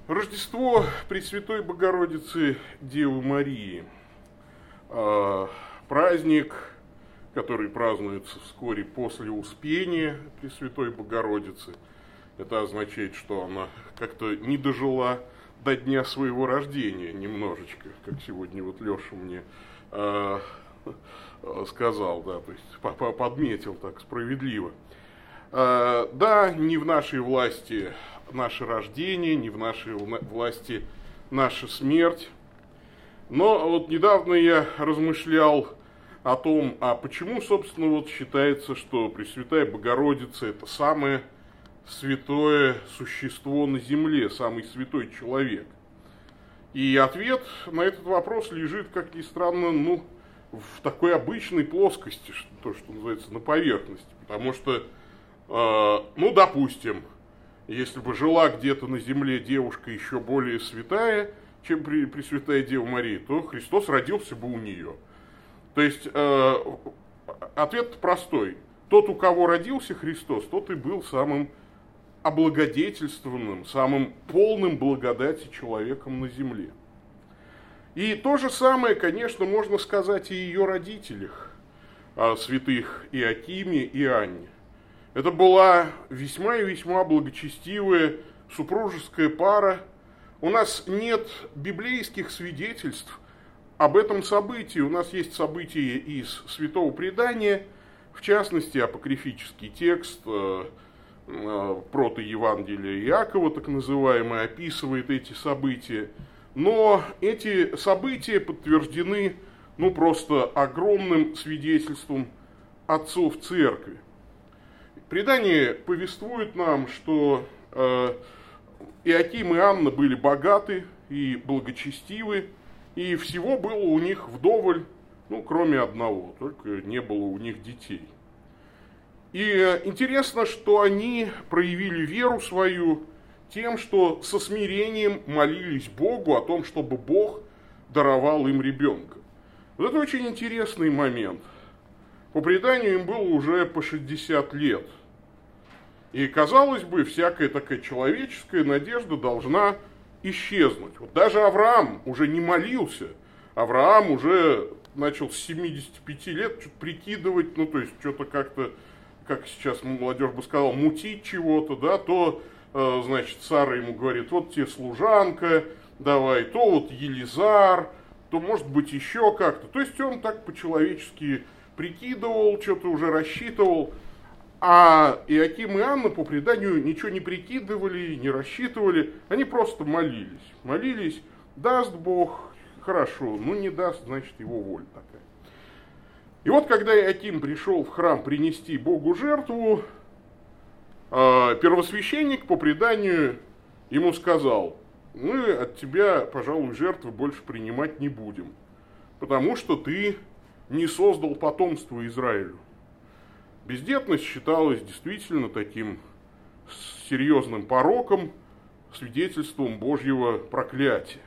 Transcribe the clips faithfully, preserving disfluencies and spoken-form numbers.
Рождество Пресвятой Богородицы Девы Марии. Праздник, который празднуется вскоре после Успения Пресвятой Богородицы. Это означает, что она как-то не дожила до дня своего рождения немножечко, как сегодня вот Леша мне э, сказал, да, то есть подметил так справедливо. Э, да, не в нашей власти наше рождение, не в нашей власти наша смерть. Но вот недавно я размышлял о том, а почему, собственно, вот считается, что Пресвятая Богородица – это самое святое существо на земле, самый святой человек. И ответ на этот вопрос лежит, как ни странно, ну, в такой обычной плоскости, то, что называется, на поверхности. Потому что, э, ну, допустим, если бы жила где-то на земле девушка еще более святая, чем Пресвятая Дева Мария, то Христос родился бы у нее. То есть, э, ответ простой. Тот, у кого родился Христос, тот и был самым облагодетельствованным, самым полным благодати человеком на земле. И то же самое, конечно, можно сказать и о ее родителях, о святых Иоакиме и Анне. Это была весьма и весьма благочестивая супружеская пара. У нас нет библейских свидетельств об этом событии. У нас есть события из Святого Предания, в частности, апокрифический текст протоевангелия Иакова, так называемый, описывает эти события. Но эти события подтверждены, ну, просто огромным свидетельством отцов церкви. Предание повествует нам, что э, Иоаким и Анна были богаты и благочестивы, и всего было у них вдоволь, ну, кроме одного, только не было у них детей. И интересно, что они проявили веру свою тем, что со смирением молились Богу о том, чтобы Бог даровал им ребенка. Вот это очень интересный момент. По преданию им было уже по шестьдесят лет. И, казалось бы, всякая такая человеческая надежда должна исчезнуть. Вот даже Авраам уже не молился. Авраам уже начал с семидесяти пяти лет что-то прикидывать, ну, то есть, что-то как-то, как сейчас молодежь бы сказала, мутить чего-то, да, то, э, значит, Сара ему говорит, вот тебе служанка, давай, то вот Елизар, то, может быть, еще как-то. То есть, он так по-человечески прикидывал, что-то уже рассчитывал. А Иоаким и Анна, по преданию, ничего не прикидывали, не рассчитывали, они просто молились. Молились, даст Бог, хорошо, ну не даст, значит, его воля такая. И вот, когда Иоаким пришел в храм принести Богу жертву, первосвященник, по преданию, ему сказал, мы от тебя, пожалуй, жертвы больше принимать не будем, потому что ты не создал потомство Израилю. Бездетность считалась действительно таким серьезным пороком, свидетельством Божьего проклятия.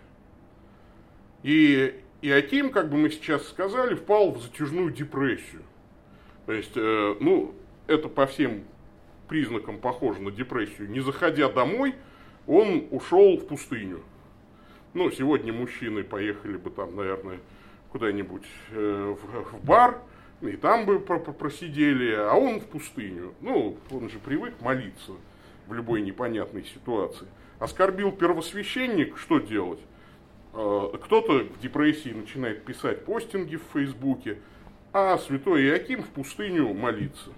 И Иоаким, как бы мы сейчас сказали, впал в затяжную депрессию. То есть, э, ну, это по всем признакам похоже на депрессию. Не заходя домой, он ушел в пустыню. Ну, сегодня мужчины поехали бы там, наверное, куда-нибудь э, в, в бар, и там бы просидели, а он в пустыню. Ну, он же привык молиться в любой непонятной ситуации. Оскорбил первосвященник, что делать? Кто-то в депрессии начинает писать постинги в Фейсбуке, а святой Иоаким в пустыню молиться.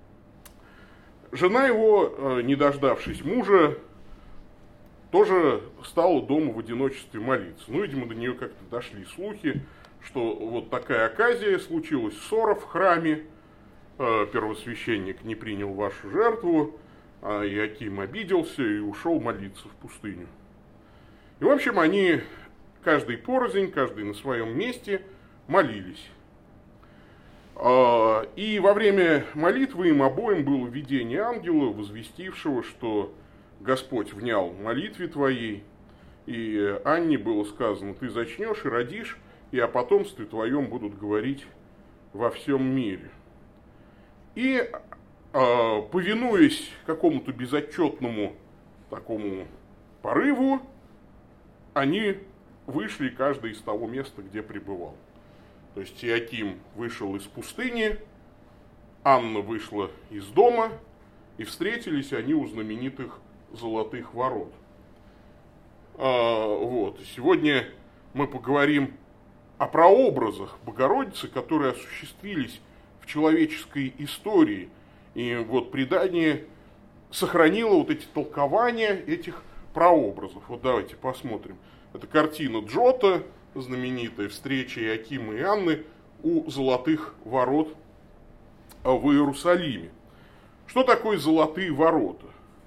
Жена его, не дождавшись мужа, тоже стала дома в одиночестве молиться. Ну, видимо, до нее как-то дошли слухи, что вот такая оказия случилась, ссора в храме, первосвященник не принял вашу жертву, а Иоаким обиделся и ушел молиться в пустыню. И, в общем, они, каждый порознь, каждый на своем месте, молились. И во время молитвы им обоим было видение ангела, возвестившего, что Господь внял молитве твоей, и Анне было сказано, ты зачнешь и родишь, и о потомстве твоем будут говорить во всем мире. И, повинуясь какому-то безотчетному такому порыву, они вышли каждый из того места, где пребывал. То есть Иоаким вышел из пустыни, Анна вышла из дома, и встретились они у знаменитых золотых ворот. А, вот. Сегодня мы поговорим о прообразах Богородицы, которые осуществились в человеческой истории. И вот предание сохранило вот эти толкования этих прообразов. Вот давайте посмотрим. Это картина Джотто, знаменитая встреча Иоакима и Анны у золотых ворот в Иерусалиме. Что такое золотые ворота?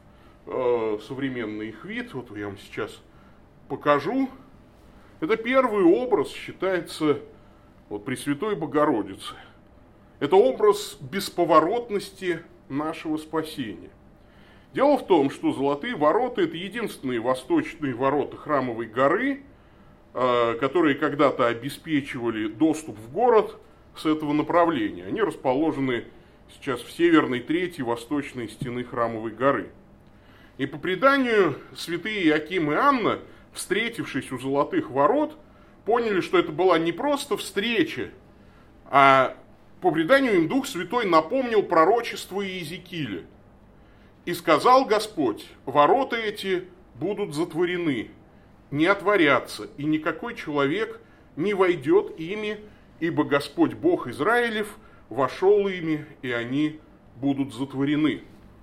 Современный их вид, вот я вам сейчас покажу. Это первый образ, считается, вот, Пресвятой Богородицы. Это образ бесповоротности нашего спасения. Дело в том, что золотые ворота – это единственные восточные ворота Храмовой горы, которые когда-то обеспечивали доступ в город с этого направления. Они расположены сейчас в северной трети восточной стены Храмовой горы. И по преданию святые Иоаким и Анна, встретившись у золотых ворот, поняли, что это была не просто встреча, а по преданию им Дух Святой напомнил пророчество Иезекииля. «И сказал Господь, ворота эти будут затворены, не отворятся, и никакой человек не войдет ими, ибо Господь Бог Израилев вошел ими, и они будут затворены».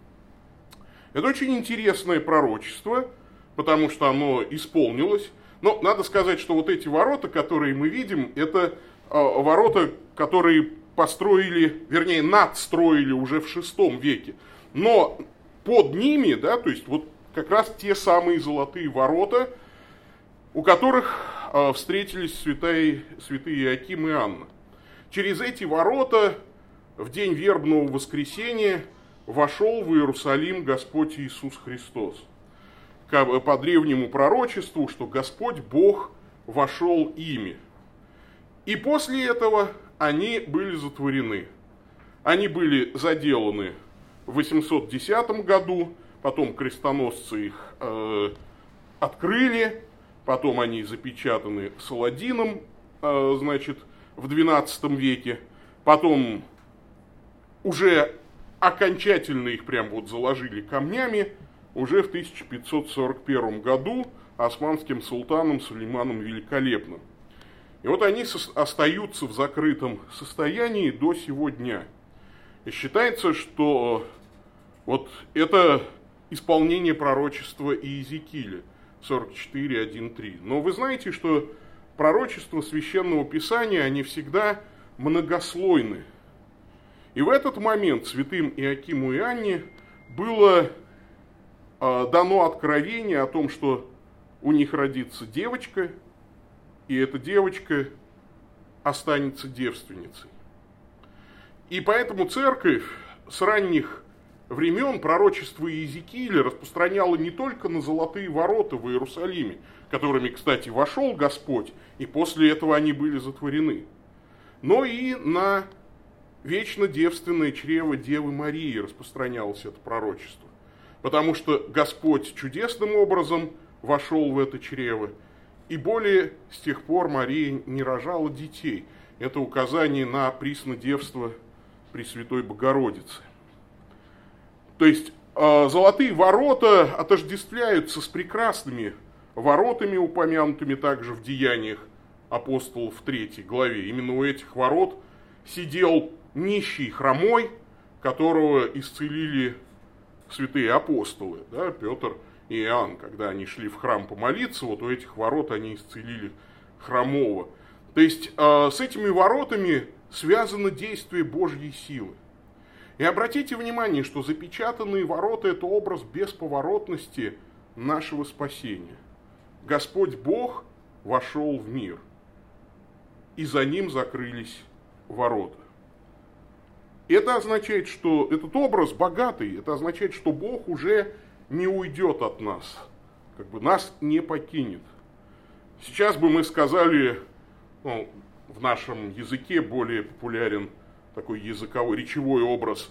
Это очень интересное пророчество, потому что оно исполнилось. Но надо сказать, что вот эти ворота, которые мы видим, это э, ворота, которые построили, вернее, надстроили уже в шестом веке. Но под ними, да, то есть вот как раз те самые золотые ворота, у которых э, встретились святые, святые Иоаким и Анна. Через эти ворота в день вербного воскресения вошел в Иерусалим Господь Иисус Христос. По древнему пророчеству, что Господь Бог вошел ими. И после этого они были затворены. Они были заделаны в восемьсот десятом году, потом крестоносцы их э, открыли, потом они запечатаны Саладином, э, значит, в двенадцатом веке, потом уже окончательно их прям вот заложили камнями уже в тысяча пятьсот сорок первом году османским султаном Сулейманом Великолепным. И вот они остаются в закрытом состоянии до сего дня. И считается, что вот это исполнение пророчества Иезекииля сорок четыре один три. Но вы знаете, что пророчества Священного Писания, они всегда многослойны. И в этот момент святым Иоакиму и Анне было э, дано откровение о том, что у них родится девочка, и эта девочка останется девственницей. И поэтому церковь с ранних времен пророчество Иезекииля распространяла не только на золотые ворота в Иерусалиме, которыми, кстати, вошел Господь, и после этого они были затворены, но и на вечно девственное чрево Девы Марии распространялось это пророчество. Потому что Господь чудесным образом вошел в это чрево, и более с тех пор Мария не рожала детей. Это указание на приснодевство Пресвятой Богородицы. То есть золотые ворота отождествляются с прекрасными воротами, упомянутыми также в Деяниях апостолов в третьей главе. Именно у этих ворот сидел нищий хромой, которого исцелили святые апостолы, да, Петр и Иоанн, когда они шли в храм помолиться, вот у этих ворот они исцелили хромого. То есть э, с этими воротами связано действие Божьей силы. И обратите внимание, что запечатанные ворота – это образ бесповоротности нашего спасения. Господь Бог вошел в мир, и за ним закрылись ворота. Это означает, что этот образ богатый, это означает, что Бог уже не уйдет от нас, как бы нас не покинет. Сейчас бы мы сказали, ну, в нашем языке более популярен такой языковой, речевой образ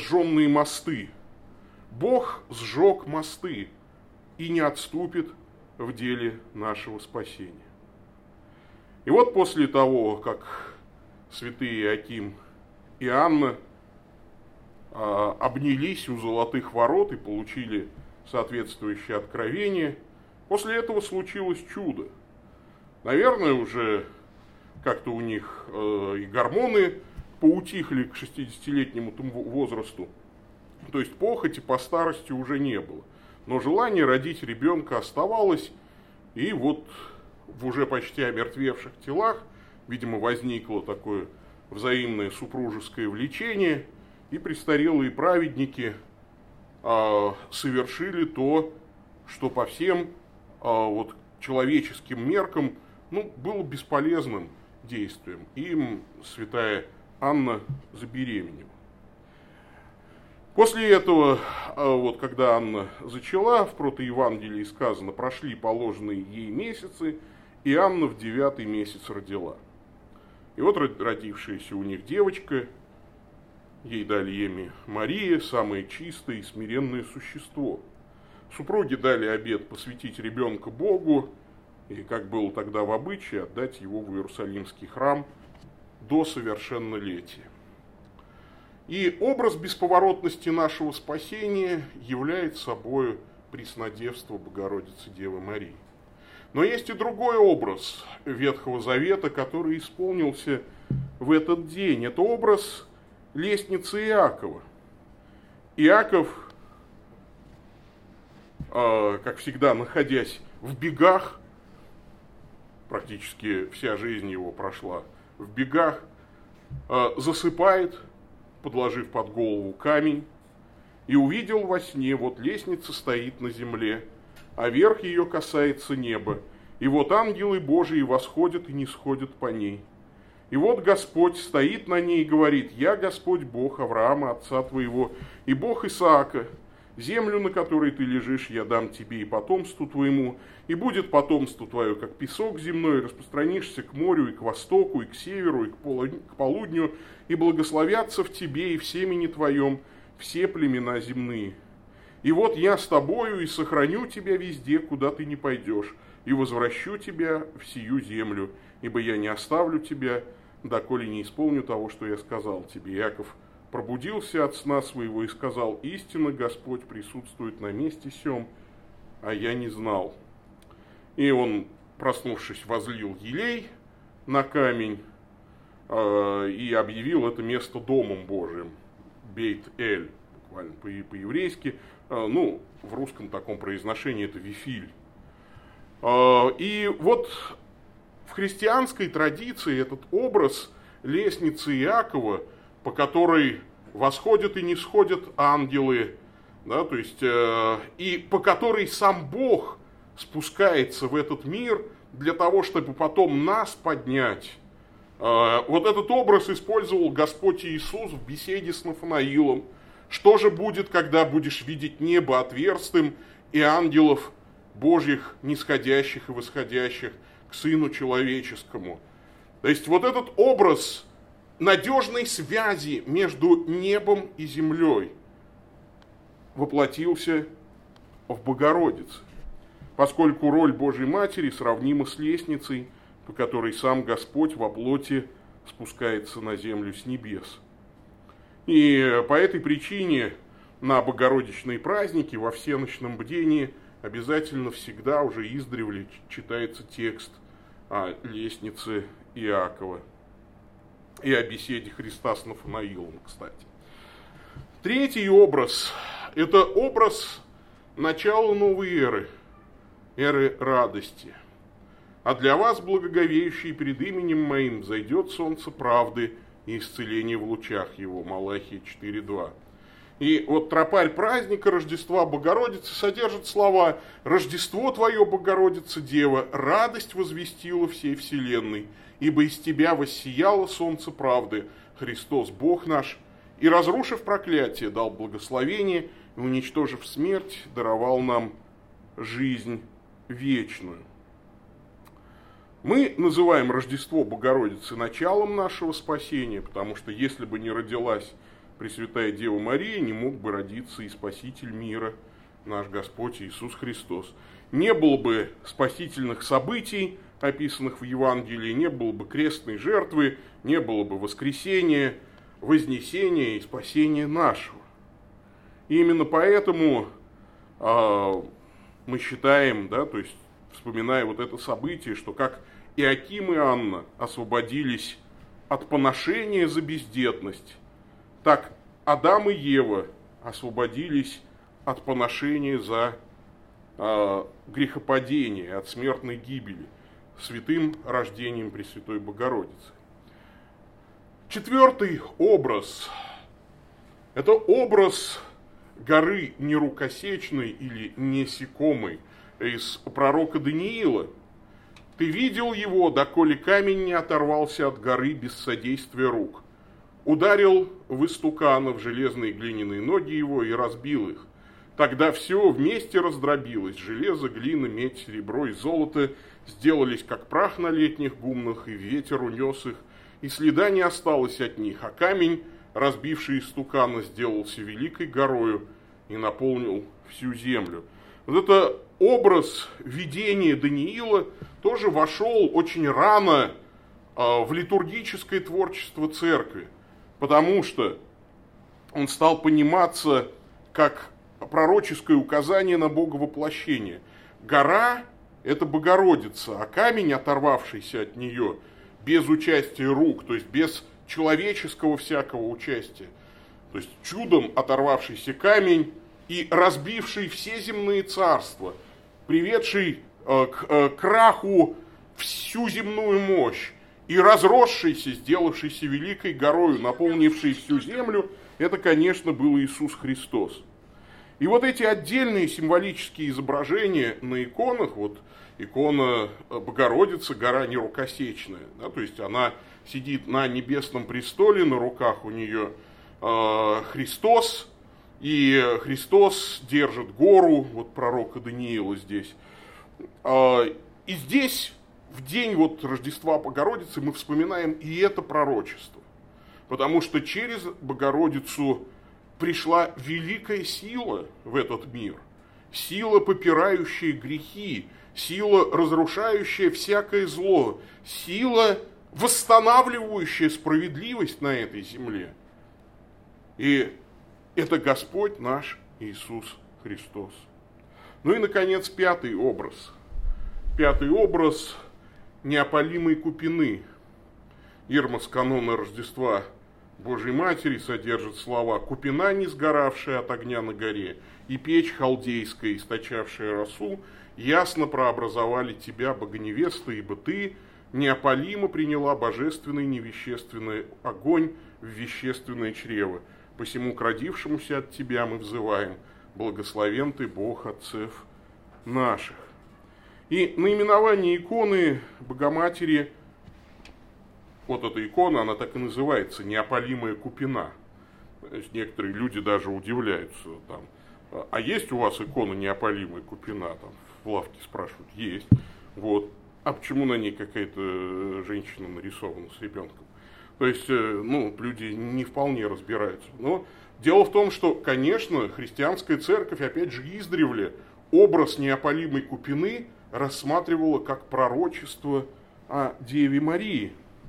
«сожженные мосты». Бог сжег мосты и не отступит в деле нашего спасения. И вот после того, как святые Иоаким и Анна а, обнялись у золотых ворот и получили соответствующее откровение, после этого случилось чудо. Наверное, уже как-то у них э, и гормоны поутихли к шестидесятилетнему возрасту, то есть похоти по старости уже не было. Но желание родить ребенка оставалось, и вот в уже почти омертвевших телах, видимо, возникло такое взаимное супружеское влечение, и престарелые праведники э, совершили то, что по всем э, вот, человеческим меркам ну, было бесполезным действием. Им святая Анна забеременела. После этого, вот, когда Анна зачала, в протоевангелии сказано, прошли положенные ей месяцы, и Анна в девятый месяц родила. И вот родившаяся у них девочка, ей дали имя Мария, самое чистое и смиренное существо. Супруги дали обет посвятить ребенка Богу, и, как было тогда в обычае, отдать его в Иерусалимский храм до совершеннолетия. И образ бесповоротности нашего спасения является собой преснодевство Богородицы Девы Марии. Но есть и другой образ Ветхого Завета, который исполнился в этот день. Это образ лестницы Иакова. Иаков, как всегда, находясь в бегах, практически вся жизнь его прошла в бегах, засыпает, подложив под голову камень, и увидел во сне, вот лестница стоит на земле, а верх ее касается неба, и вот ангелы Божии восходят и не сходят по ней. И вот Господь стоит на ней и говорит: «Я Господь Бог Авраама, отца твоего, и Бог Исаака. Землю, на которой ты лежишь, я дам тебе и потомству твоему, и будет потомство твое, как песок земной, и распространишься к морю, и к востоку, и к северу, и к полудню, и благословятся в тебе и в семени твоем все племена земные. И вот я с тобою, и сохраню тебя везде, куда ты не пойдешь, и возвращу тебя в сию землю, ибо я не оставлю тебя, доколе не исполню того, что я сказал тебе». Иаков пробудился от сна своего и сказал: «Истинно Господь присутствует на месте сем, а я не знал». И он, проснувшись, возлил елей на камень э, и объявил это место Домом Божиим, Бейт-Эль, буквально по-еврейски, э, ну, в русском таком произношении это Вифиль. Э, и вот в христианской традиции этот образ лестницы Иакова, по которой восходят и не сходят ангелы, да, то есть, э, и по которой сам Бог спускается в этот мир для того, чтобы потом нас поднять. Э, вот этот образ использовал Господь Иисус в беседе с Нафанаилом. Что же будет, когда будешь видеть небо отверстым и ангелов Божьих нисходящих и восходящих к Сыну Человеческому? То есть вот этот образ надежной связи между небом и землей воплотился в Богородице, поскольку роль Божьей Матери сравнима с лестницей, по которой сам Господь во плоти спускается на землю с небес. И по этой причине на богородичные праздники во всеночном бдении обязательно всегда уже издревле читается текст о лестнице Иакова. И о беседе Христа с Нафанаилом, кстати. Третий образ – это образ начала новой эры, эры радости. «А для вас, благоговеющие перед именем моим, взойдет солнце правды и исцеление в лучах его». Малахия четыре два. И вот тропарь праздника Рождества Богородицы содержит слова: «Рождество твое, Богородица Дева, радость возвестила всей вселенной, ибо из тебя воссияло солнце правды, Христос Бог наш, и, разрушив проклятие, дал благословение, и, уничтожив смерть, даровал нам жизнь вечную». Мы называем Рождество Богородицы началом нашего спасения, потому что если бы не родилась Пресвятая Дева Мария, не мог бы родиться и Спаситель мира, наш Господь Иисус Христос. Не было бы спасительных событий, описанных в Евангелии, не было бы крестной жертвы, не было бы воскресения, вознесения и спасения нашего. И именно поэтому э, мы считаем, да, то есть вспоминая вот это событие, что как Иаким и Анна освободились от поношения за бездетность, так Адам и Ева освободились от поношения за э, грехопадение, от смертной гибели, святым рождением Пресвятой Богородицы. Четвертый образ – это образ горы нерукосечной или несекомой из пророка Даниила. «Ты видел его, доколе камень не оторвался от горы без содействия рук. Ударил в истукана в железные глиняные ноги его и разбил их. Тогда все вместе раздробилось: железо, глина, медь, серебро и золото сделались как прах на летних гумнах, и ветер унес их, и следа не осталось от них, а камень, разбивший истукана, сделался великой горою и наполнил всю землю». Вот это образ видения Даниила тоже вошел очень рано в литургическое творчество церкви, потому что он стал пониматься как пророческое указание на Боговоплощение. Гора – это Богородица, а камень, оторвавшийся от нее, без участия рук, то есть без человеческого всякого участия, то есть чудом оторвавшийся камень и разбивший все земные царства, приведший э, к э, краху всю земную мощь и разросшийся, сделавшийся великой горою, наполнивший всю землю, это, конечно, был Иисус Христос. И вот эти отдельные символические изображения на иконах, вот икона Богородицы, гора нерукосечная, да, то есть она сидит на небесном престоле, на руках у нее э, Христос, и Христос держит гору, вот пророка Даниила здесь. Э, и здесь, в день вот Рождества Богородицы, мы вспоминаем и это пророчество, потому что через Богородицу пришла великая сила в этот мир, сила, попирающая грехи, сила, разрушающая всякое зло, сила, восстанавливающая справедливость на этой земле. И это Господь наш Иисус Христос. Ну и, наконец, пятый образ. Пятый образ неопалимой купины. Ирмос канона Рождества Божьей Матери содержит слова: «Купина, не сгоравшая от огня на горе, и печь халдейская, источавшая росу, ясно прообразовали тебя, Богоневеста, ибо ты неопалимо приняла божественный невещественный огонь в вещественное чрево. Посему к родившемуся от тебя мы взываем: благословен ты Бог отцев наших». И наименование иконы Богоматери, вот эта икона, она так и называется, неопалимая купина. То есть некоторые люди даже удивляются, там, а есть у вас икона неопалимая купина? Там, в лавке спрашивают, есть. Вот. А почему на ней какая-то женщина нарисована с ребенком? То есть, ну, люди не вполне разбираются. Но дело в том, что, конечно, христианская церковь, опять же, издревле образ неопалимой купины рассматривала как пророчество о Деве Марии.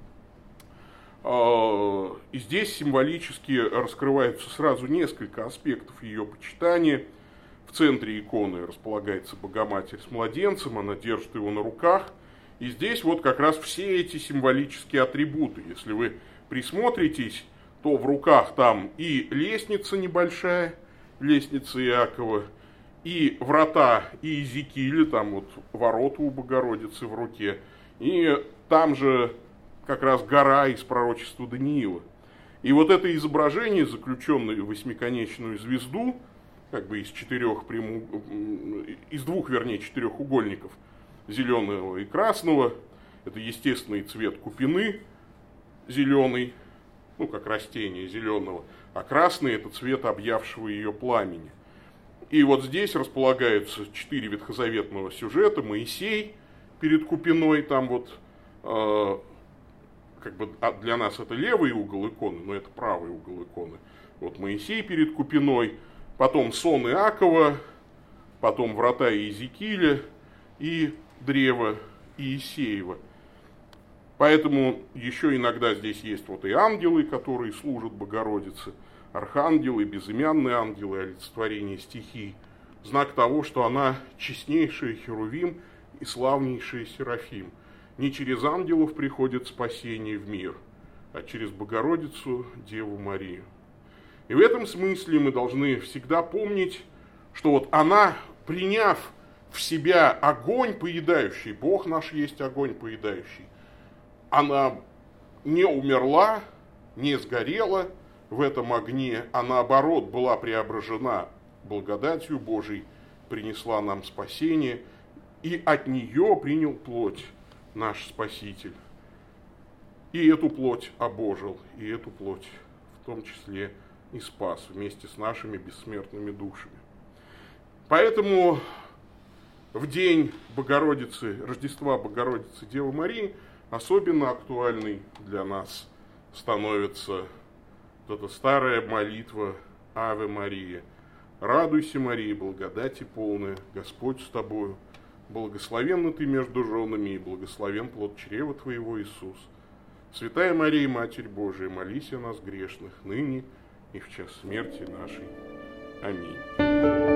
И здесь символически раскрываются сразу несколько аспектов ее почитания. В центре иконы располагается Богоматерь с младенцем, она держит его на руках. И здесь вот как раз все эти символические атрибуты. Если вы присмотритесь, то в руках там и лестница небольшая, лестница Иакова, и врата Иезекииля, там вот ворота у Богородицы в руке, и там же как раз гора из пророчества Даниила. И вот это изображение, заключенное в восьмиконечную звезду, как бы из четырех пряму... из двух, вернее, четырехугольников, зеленого и красного, это естественный цвет купины, зеленый, ну, как растение зеленого, а красный – это цвет объявшего ее пламени. И вот здесь располагаются четыре ветхозаветного сюжета. Моисей перед купиной, там вот, э, как бы для нас это левый угол иконы, но это правый угол иконы. Вот Моисей перед купиной, потом сон Иакова, потом врата Иезекииля и древо Иисеева. Поэтому еще иногда здесь есть вот и ангелы, которые служат Богородице, архангелы, безымянные ангелы, олицетворение стихий. Знак того, что она честнейшая Херувим и славнейшая Серафим. Не через ангелов приходит спасение в мир, а через Богородицу, Деву Марию. И в этом смысле мы должны всегда помнить, что вот она, приняв в себя огонь поедающий, Бог наш есть огонь поедающий, она не умерла, не сгорела в этом огне, а наоборот была преображена благодатью Божией, принесла нам спасение, и от нее принял плоть наш Спаситель. И эту плоть обожил, и эту плоть в том числе и спас вместе с нашими бессмертными душами. Поэтому в день Богородицы, Рождества Богородицы Девы Марии, особенно актуальной для нас становится вот эта старая молитва «Аве Мария». «Радуйся, Мария, благодати полная, Господь с тобою, благословенна ты между женами, и благословен плод чрева твоего, Иисус. Святая Мария, Матерь Божия, молись о нас грешных, ныне и в час смерти нашей. Аминь».